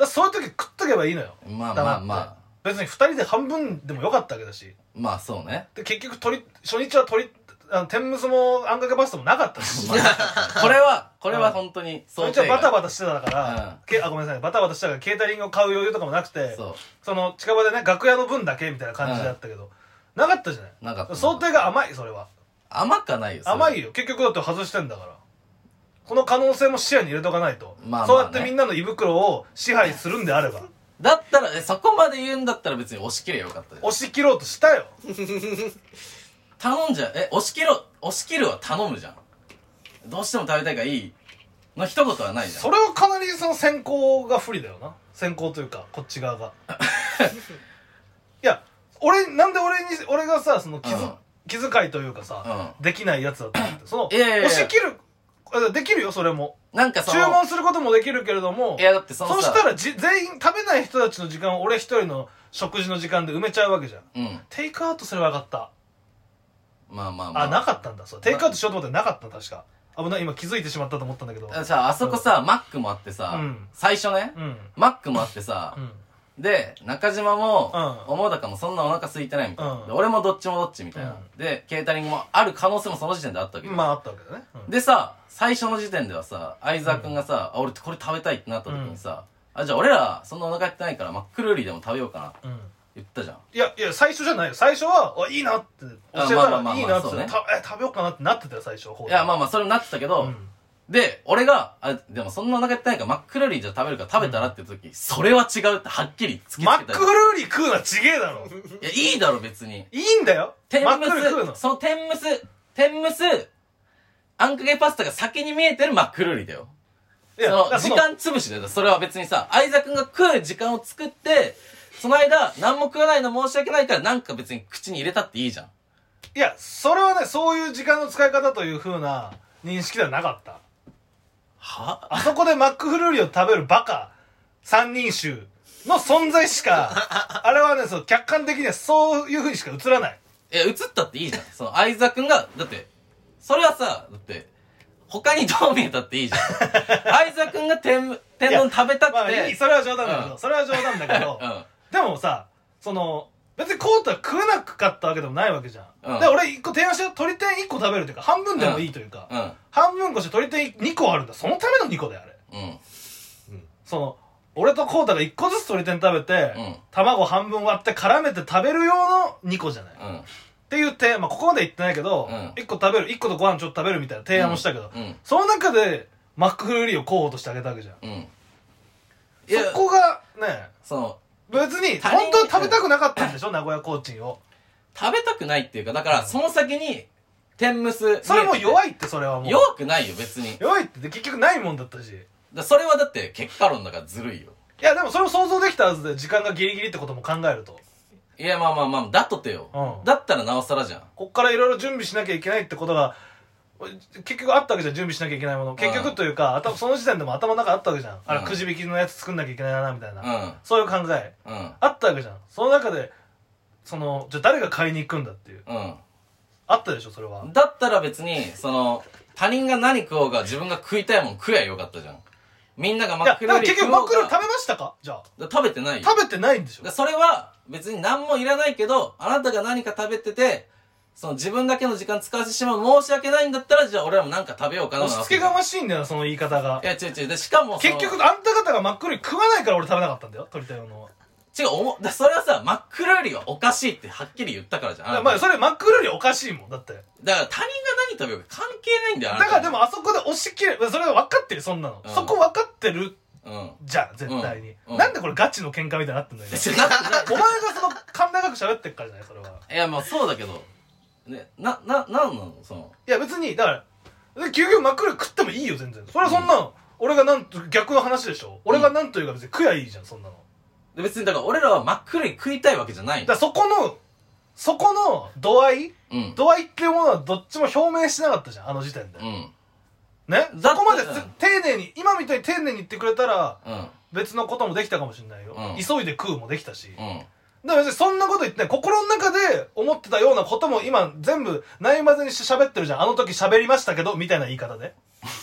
だそういう時食っとけばいいのよ。 まあまあまあ別に2人で半分でもよかったわけだし。 まあそうね。 で結局初日は天むすもあんかけパスタもなかったしこれは本当に初日はバタバタしてたから、ごめんなさい、バタバタしてたからケータリングを買う余裕とかもなくて、その近場でね楽屋の分だけみたいな感じだったけど、なかったじゃない。 なかった。 想定が甘い。それは甘かないよ。 甘いよ。結局だって外してんだから、この可能性も視野に入れとかないと。そうやってみんなの胃袋を支配するんであれば、 だったらそこまで言うんだったら別に押し切れよかったじゃん。 押し切ろうとしたよ頼んじゃ押し切るは頼むじゃん。どうしても食べたいからいいの一言はないじゃん。 それはかなりその先行が不利だよな。先行というかこっち側がいや俺がさその気遣いというかさ、できないやつだと思って、その押し切るできるよ。それもなんか注文することもできるけれども、 いやだってそうしたら全員食べない人たちの時間を俺一人の食事の時間で埋めちゃうわけじゃん。テイクアウトすればよかった。 まあまあまあ。 なかったんだ。そうテイクアウトしようと思ってなかったの確か。危ない、今気づいてしまったと思ったんだけど。 さあそこさ、マックもあってさ、最初ね、マックもあってさ、で中島も桃高もそんなお腹空いてないみたいな、俺もどっちもどっちみたいな、でケータリングもある可能性もその時点であったわけまああったわけだね。 でさ最初の時点ではさ相沢君がさ、俺これ食べたいってなった時にさ、じゃあ俺らそんなお腹減ってないからマックルーリーでも食べようかな言ったじゃん。 いや最初じゃないよ。最初はいいなって教えたらいいなって食べようかなってなってたよ最初。いやまあまあそれもなってたけど、で俺がでもそんなお腹減ってないからマックルーリーじゃ食べるから食べたらって言った時、それは違うってはっきり突きつけた。 マックルーリー食うのはちげえだろ。 いやいいだろ別に。 いいんだよマックル食うの。 その天むすあんかけパスタが先に見えてるマックルーリーだよ。その時間潰しだよ。それは別にさ相沢君が食う時間を作ってその間何も食わないの申し訳ないからなんか別に口に入れたっていいじゃん。 いやそれはねそういう時間の使い方という風な認識ではなかった。あそこでマックフルーリーを食べるバカ三人衆の存在しかあれはね客観的にはそういう風にしか映らない。 映ったっていいじゃん。その相沢君がだってそれはさだって他にどう見えたっていいじゃん相沢君が天丼食べたくて、 まあいい、それは冗談だけど、それは冗談だけど、でもさ別にコートは食えなかったわけでもないわけじゃん。で俺1個提案して鶏天1個食べるというか半分でもいいというか、半分こして鶏天2個あるんだ。そのための2個だよあれ。俺とコータが1個ずつ鶏天食べて、卵半分割って絡めて食べる用の2個じゃない。って言って、ここまで言ってないけど、1個食べる、1個とご飯ちょっと食べるみたいな提案もしたけど、その中でマックフルーリーを候補としてあげたわけじゃん。そこがね、別に本当は食べたくなかったんでしょ名古屋コーチンを。 食べたくないっていうか、だからその先に天むすそれも弱いって。それはもう弱くないよ別に。 弱いって結局ないもんだったし、 それはだって結果論だからずるいよ。 いやでもそれを想像できたはずで、時間がギリギリってことも考えると。 いやまあだとてよ、だったらなおさらじゃん。 こっからいろいろ準備しなきゃいけないってことが結局あったわけじゃん。準備しなきゃいけないもの結局というか、その時点でも頭の中あったわけじゃん。あれくじ引きのやつ作んなきゃいけないなみたいな、そういう考えあったわけじゃん。その中でじゃあ誰が買いに行くんだっていう、あったでしょそれは。 だったら別に他人が何食おうが自分が食いたいもん食えばよかったじゃん。みんながマックルーリー結局マックルーリー食べましたか。じゃあ食べてないよ。 食べてないんでしょ。 それは別に何もいらないけど、あなたが何か食べてて自分だけの時間使わせてしまう申し訳ないんだったら、じゃあ俺らも何か食べようかな。 押し付けがましいんだよその言い方が。 いや違うでしかも結局あんた方がマックルーリー食わないから俺食べなかったんだよ鶏天の。 違うそれはさマックルーリーはおかしいってはっきり言ったからじゃん。 それマックルーリーおかしいもんだって。 だから他人が何食べようか関係ないんだよ。 だからでもあそこで押し切れ、それは分かってるそんなの、そこ分かってるじゃん絶対に、なんでこれガチの喧嘩みたいになってんだよお前が寛大学喋ってっからじゃないそれは。 いやそうだけどね、なんなのいや別にだから究極マックルーリー食ってもいいよ全然。それはそんなの、俺が逆の話でしょ。俺がなんというか別に食やいいじゃんそんなの。 別にだから俺らはマックルーリー食いたいわけじゃないの。 だからそこの度合いっていうものはどっちも表明しなかったじゃんあの時点で。ね、そこまで丁寧に今みたいに丁寧に言ってくれたら別のこともできたかもしれないよ。急いで食うもできたし。だから別にそんなこと言ってない。心の中で思ってたようなことも今全部内まぜにして喋ってるじゃん。あの時喋りましたけどみたいな言い方で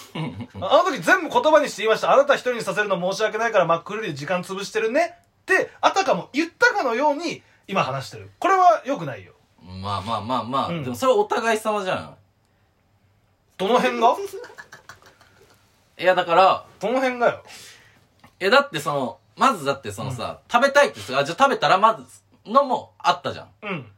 あの時全部言葉にして言いました。あなた一人にさせるの申し訳ないからマックフルーリーで時間潰してるねってあたかも言ったかのように今話してる。これは良くないよ。 まあまあまあまあ、でもそれはお互い様じゃん。 どの辺がいやだからどの辺がよ。 だってまずだってさ、食べたいってじゃあ食べたらまずのもあったじゃん。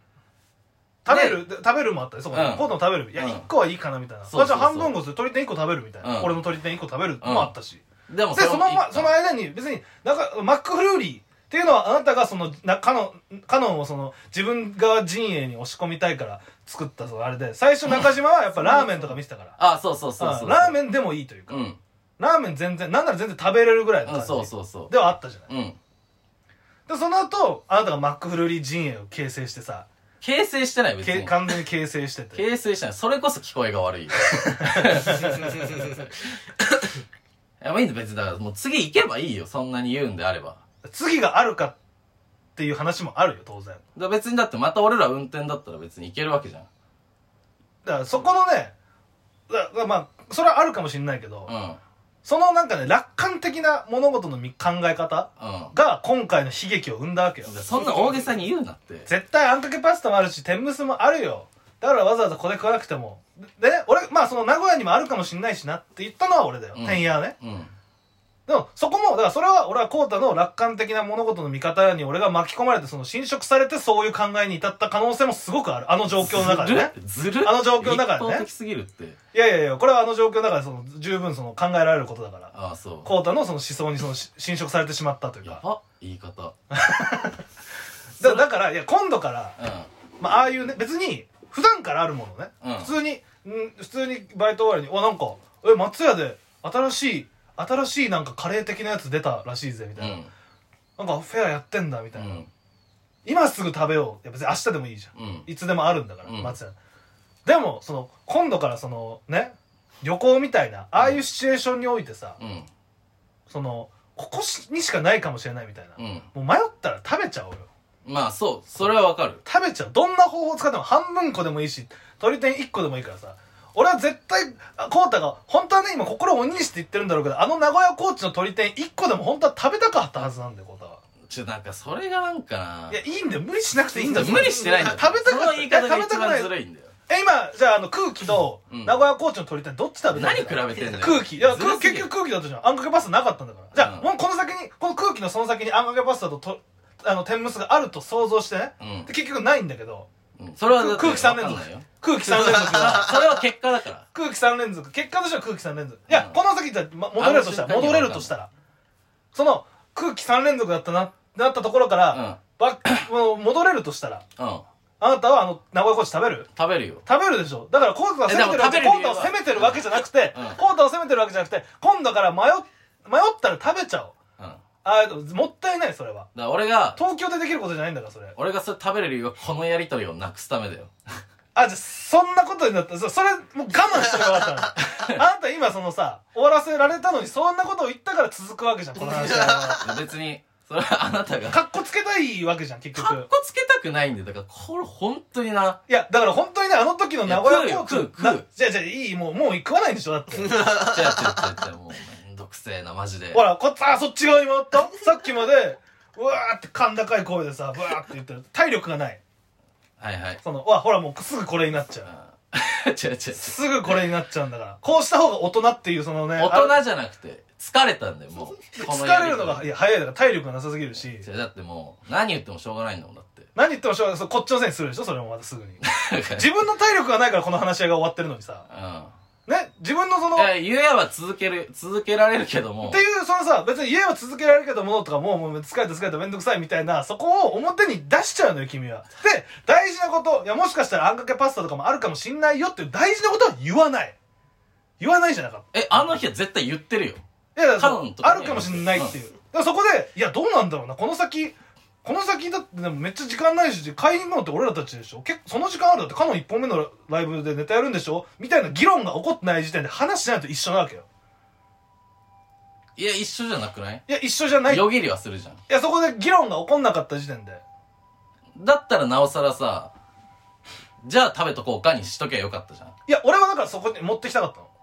食べるもあったよ。そこで今度食べる。いや1個はいいかなみたいな。じゃあ半分こする鶏天1個食べるみたいな。俺の鶏天1個食べるもあったし。でその間に別にマックフルーリーっていうのはあなたがカノンを自分が陣営に押し込みたいから作ったあれで、最初中島はやっぱラーメンとか見せたから。 そうラーメンでもいいというか。ラーメン全然なんなら全然食べれるぐらいの感じではあったじゃない。でその後あなたがマックフルーリー陣営を形成してさ。 形成してない別に。 完全に形成してて。 形成してない。それこそ聞こえが悪い。いや、いいんだ別に。だからもう次行けばいいよ。そんなに言うんであれば。 次があるかっていう話もあるよ、当然。 別にだってまた俺ら運転だったら別に行けるわけじゃん。 だからそこのね、まあ、それはあるかもしれないけど、そのなんかね、楽観的な物事の考え方が今回の悲劇を生んだわけよ。 そんな大げさに言うなって。 絶対あんかけパスタもあるし、天むすもあるよ。だからわざわざこれ食わなくても。でね、俺、まあ名古屋にもあるかもしんないしなって言ったのは俺だよ。天屋はね。でも、そこも、だからそれは俺はコウタの楽観的な物事の見方に俺が巻き込まれて侵食されてそういう考えに至った可能性もすごくある。あの状況の中でね。 ずるあの状況の中でね。 一方的すぎるって。 いや、これはあの状況の中で十分考えられることだから。コウタの思想に侵食されてしまったというか。 やば言い方。 だから、いや、今度から、まあ、ああいうね、別に、普段からあるものね。普通にバイト終わりに、なんか、松屋で新しいなんかカレー的なやつ出たらしいぜみたいな、なんかフェアやってんだみたいな、今すぐ食べよう。いや別に明日でもいいじゃん、いつでもあるんだから、松屋でも今度からね、旅行みたいなああいうシチュエーションにおいてさ、ここにしかないかもしれないみたいな、もう迷ったら食べちゃおうよ。 まあそれはわかる。 食べちゃう。どんな方法を使っても半分個でもいいし鶏天1個でもいいからさ、俺は絶対、コウタが、本当はね、今心を鬼にして言ってるんだろうけど、名古屋コーチの鶏天1個でも本当は食べたかったはずなんだよ、コウタは。 なんかそれがなんかな。 いや、いいんだよ。無理しなくていいんだよ。 無理してないんだよ。 食べたかった。 その言い方が一番ずるいんだよ。 今、じゃあ空気と、名古屋コーチの鶏天どっち食べたい？何比べてんだよ。 空気。いや、結局空気だったじゃん。あんかけパスタなかったんだから。じゃあ、もうこの空気のその先にあんかけパスタと天むすがあると想像してね。で、結局ないんだけど、 それは空気3連続。空気3連続。 それは結果だから。 空気3連続。結果としては空気3連続。いや、この先戻れるとしたら、その空気3連続だったなったところから、戻れるとしたら、あなたは名古屋コーチ食べる？ 食べるよ。 食べるでしょ。だからコウタを責めてるわけじゃなくて、今度から迷ったら食べちゃおう。もったいない、それは。 だから俺が東京でできることじゃないんだから、それ。 俺がそれ食べれる理由はこのやりとりをなくすためだよ。 じゃあそんなことになったら、それもう我慢してるわけだあなた今終わらせられたのにそんなことを言ったから続くわけじゃん、この話は。 別にそれはあなたがカッコつけたいわけじゃん、結局。 カッコつけたくないんで、だからこれ本当にな。 いや、だから本当にね、あの時の名古屋コーチ。 食う。 じゃあいい、もう食わないんでしょ、だって。 違う、もうめんどくせえな、マジで。 ほら、そっち側に回ったさっきまで、うわーって甲高い声でさ、ブワーって言ってる。体力がない。 はいはい。 ほらもうすぐこれになっちゃう。 違う。 すぐこれになっちゃうんだから。こうした方が大人っていう大人じゃなくて、疲れたんだよ、もう。 疲れるのが早いだから体力がなさすぎるし。 だってもう、何言ってもしょうがないんだもん、だって。 何言ってもしょうがない。こっちのせいにするでしょ、それもまたすぐに。自分の体力がないからこの話し合いが終わってるのにさ。ね、自分の言えば続けられるけども。 っていう別に言えば続けられるけどもとかもう疲れためんどくさいみたいな、そこを表に出しちゃうのよ、君は。で、大事なこと、いや、もしかしたらあんかけパスタとかもあるかもしんないよっていう大事なことは言わない。言わないじゃなかった。 あの日は絶対言ってるよ。 いや、あるかもしんないっていう。だからそこで、いや、どうなんだろうな、この先だってでもめっちゃ時間ないし、買いに行くのって俺らたちでしょ。その時間あるだって、カノン1本目のライブでネタやるんでしょみたいな議論が起こってない時点で話しないと一緒なわけよ。 いや、一緒じゃなくない？ いや、一緒じゃない。 よぎりはするじゃん。いや、そこで議論が起こんなかった時点で。 だったらなおさらさ、じゃあ食べとこうかにしときゃよかったじゃん。 いや、俺はだからそこに持ってきたかったの。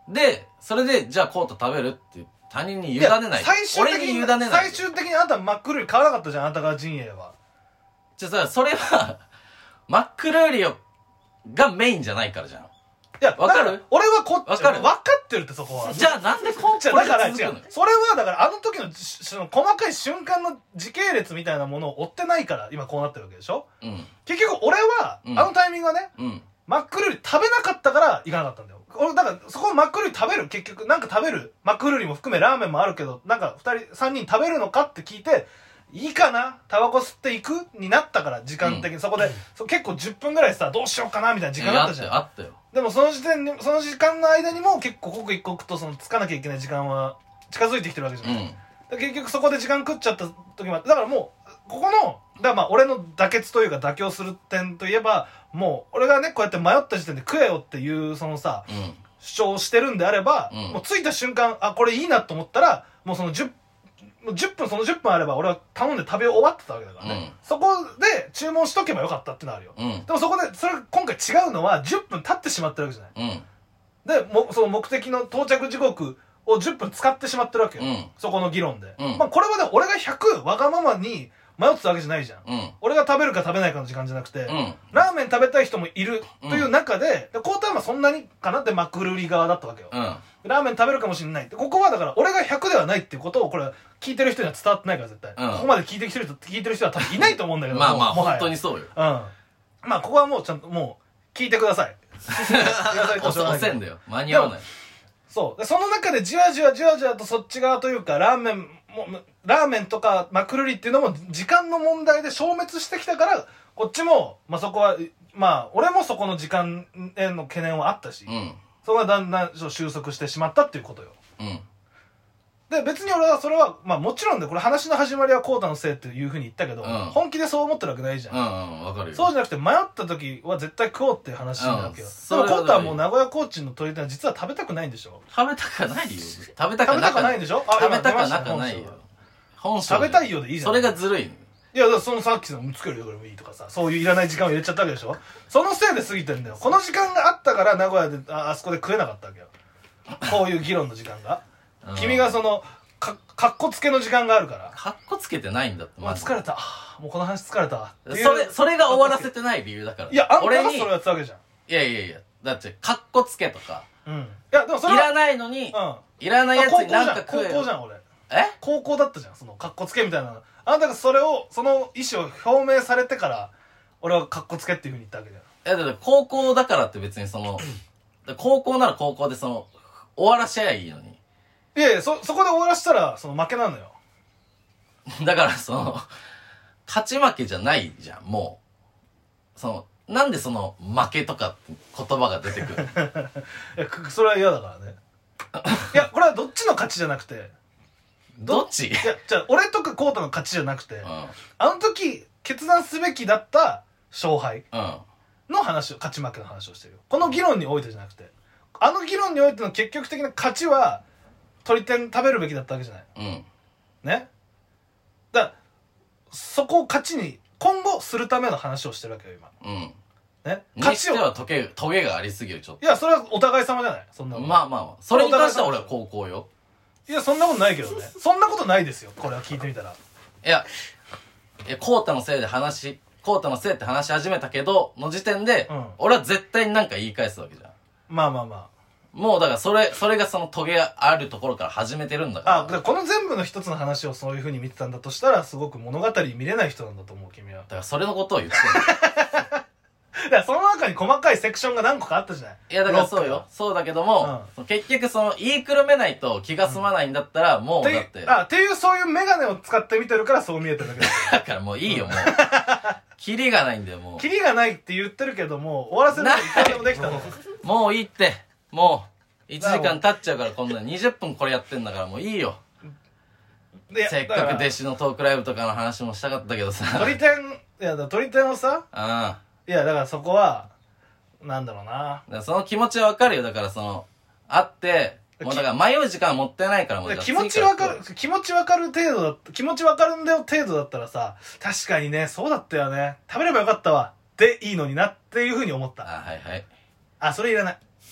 で、それで、じゃあコート食べるって他人に委ねない。俺に委ねない。 最終的にあんたマックルーリー買わなかったじゃん、あんたが陣営は。 じゃあさ、それは、マックルーリーがメインじゃないからじゃん。 いや、わかる？俺はこっち、わかってるってそこは。 じゃあなんでこれが続くの？それはだからあの時の細かい瞬間の時系列みたいなものを追ってないから今こうなってるわけでしょ？うん。結局俺は、あのタイミングはね、マックルーリー食べなかったから行かなかったんだよ。俺、だからそこマックルーリー食べる、結局なんか食べる、マックルーリーも含めラーメンもあるけど、なんか3人食べるのかって聞いて、いいかなタバコ吸っていくになったから、時間的に。そこで、結構10分ぐらいさ、どうしようかなみたいな時間あったじゃん。 あったよ。 でもその時間の間にも結構刻一刻とつかなきゃいけない時間は近づいてきてるわけじゃん。結局そこで時間食っちゃった時もあって、だからもう、ここの、だからまあ俺の妥結というか妥協する点といえば、もう俺がね、こうやって迷った時点で食えよっていうそのさ、主張してるんであれば、もう着いた瞬間、あ、これいいなと思ったら、もうその10分あれば俺は頼んで食べ終わってたわけだからね。そこで注文しとけばよかったってのあるよ。でもそこで、それ今回違うのは10分経ってしまってるわけじゃない。で、その目的の到着時刻を10分使ってしまってるわけよ。そこの議論で。まあこれはね、俺が100わがままに迷ってたわけじゃないじゃん。俺が食べるか食べないかの時間じゃなくて、ラーメン食べたい人もいるという中で、コータはそんなにかなってマックルーリー側だったわけよ。ラーメン食べるかもしれない。ここはだから俺が100ではないっていうことをこれ聞いてる人には伝わってないから絶対。ここまで聞いてる人は多分いないと思うんだけど。 まあまあ本当にそうよ。 まあここはもうちゃんともう聞いてください。 押せんだよ。間に合わない。 そう。その中でじわじわとそっち側というか、ラーメンとかマクルリっていうのも時間の問題で消滅してきたから、こっちも、まあそこは、まあ俺もそこの時間への懸念はあったし、そこがだんだん収束してしまったっていうことよ。で、別に俺はそれは、まあもちろんで、これ話の始まりはコータのせいっていうふうに言ったけど、本気でそう思ってるわけないじゃん。 わかるよ。 そうじゃなくて迷った時は絶対食おうっていう話なわけよ。でもコータはもう名古屋コーチンの鶏天実は食べたくないんでしょ？ 食べたくないよ。食べたくないんでしょ？ 食べたくないよ。 食べたいよでいいじゃん。 それがずるい。 いや、そのさっきの作るよりもいいとかさ、そういういらない時間を入れちゃったわけでしょ？そのせいで過ぎてんだよ。この時間があったから名古屋であそこで食えなかったわけよ。こういう議論の時間が。君がその、かっこつけの時間があるから。 かっこつけてないんだって。 疲れた。もうこの話疲れた。 それが終わらせてない理由だから。 いや、あんたがそれやってたわけじゃん。 いや。だって、かっこつけとか。 いや、でもそれいらないのに、いらないやつになんか食えよ。 高校じゃん、俺。高校だったじゃん、その、かっこつけみたいな。あんたがその意思を表明されてから、俺はかっこつけっていう風に言ったわけじゃん。 いや、だって高校だからって別に高校なら高校で終わらしゃいいのに。 いやいや、そこで終わらしたら、負けなのよ。 だから勝ち負けじゃないじゃん、もう。なんで負けとかって言葉が出てくるいや、それは嫌だからね。いや、これはどっちの勝ちじゃなくて。 どっち？ いや、じゃあ、俺とかコータの勝ちじゃなくて、あの時、決断すべきだった勝敗の話を、勝ち負けの話をしてるよ。この議論においてじゃなくて。あの議論においての結局的な勝ちは、鶏天食べるべきだったわけじゃない。ね？だから、そこを勝ちに、今後するための話をしてるわけよ、今。ね？ 勝ちはトゲがありすぎる、ちょっと。 いや、それはお互い様じゃない？そんなまあ。それに関しては俺は高校よ。 いや、そんなことないけどね。そんなことないですよ、これは聞いてみたら。 いや、コータのせいって話し始めたけど、の時点で、俺は絶対になんか言い返すわけじゃん。 まあ。 もうだからそれがトゲあるところから始めてるんだから。 だからこの全部の一つの話をそういう風に見てたんだとしたら、すごく物語見れない人なんだと思う、君は。 だからそれのことを言ってるだからその中に細かいセクションが何個かあったじゃない。 いや、だからそうよ。そうだけども、結局言いくるめないと気が済まないんだったら、もうだって。 っていうそういうメガネを使って見てるからそう見えてるだけだ。 だからもういいよ、もう。キリがないんだよ、もう。 キリがないって言ってるけども、終わらせるのにいくらでもできたの。 もういいって。もう、1時間経っちゃうからこんな20分これやってんだからもういいよ。せっかく弟子のトークライブとかの話もしたかったけどさ。 鳥天をさ、いや、だからそこは、なんだろうな。 その気持ちはわかるよ。だから会って、もうだから迷う時間もったいないからもう。 気持ちわかる程度気持ちわかるんだよ程度だったらさ、確かにね、そうだったよね。食べればよかったわ。でいいのになっていう風に思った。 はいはい。 それいらない。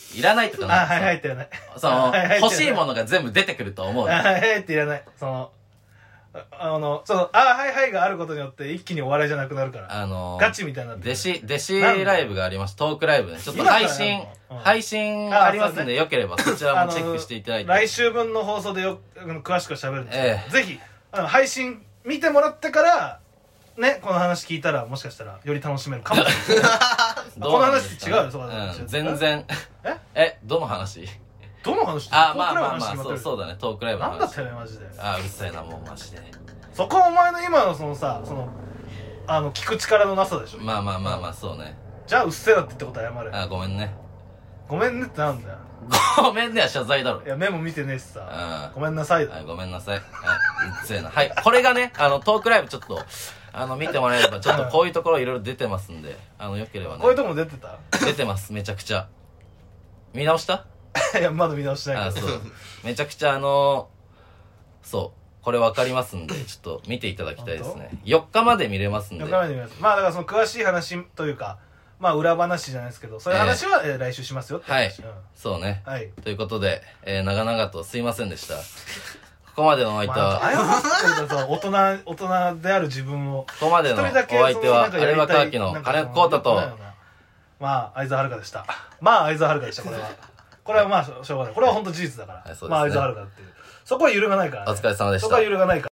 いらないとかはいはいっていらない。 その、欲しいものが全部出てくると思う。 はいはいっていらない。その、はいはいがあることによって一気にお笑いじゃなくなるから。ガチみたいになってる。 弟子ライブがあります。トークライブね。ちょっと配信ありますんで、よければそちらもチェックしていただいて。 来週分の放送で詳しく喋るんですけど、ぜひ、配信見てもらってから、ね、この話聞いたら、もしかしたら、より楽しめるかもしれない。この話違うよ、そこ全然。どの話どの話まあ、そうだね、トークライブの話。 なんだってね、マジで。 うるさいな、もうマジで。 そこはお前の今の聞く力のなさでしょ。 まあ、そうね。 じゃあ、うっせえなって言ったこと謝れ。 ごめんね。 ごめんねってなんだよ。 ごめんねは謝罪だろ。 いや、メモ見てねえしさ。ごめんなさいだ。 ごめんなさい。うっせえな。はい。これがね、トークライブちょっと、見てもらえれば、ちょっとこういうところいろいろ出てますんで、よければね。 こういうとこも出てた？ 出てます、めちゃくちゃ。見直した？ いや、まだ見直してないけど。 そう。めちゃくちゃそう。これわかりますんで、ちょっと見ていただきたいですね。4日まで見れますんで。 4日まで見れます。まあ、だからその詳しい話というか、まあ、裏話じゃないですけど、そういう話は来週しますよって話。 はい。そうね。 はい。 ということで、長々とすいませんでした。ここまでのお相手は、 大人である自分を。 ここまでのお相手は、あれは川木の金子浩太と、 まあ、相沢遥でした。これは。これはまあ、しょうがない。これは本当事実だから。まあ、相沢遥っていう。そこは揺るがないから。 お疲れ様でした。 そこは揺るがないから。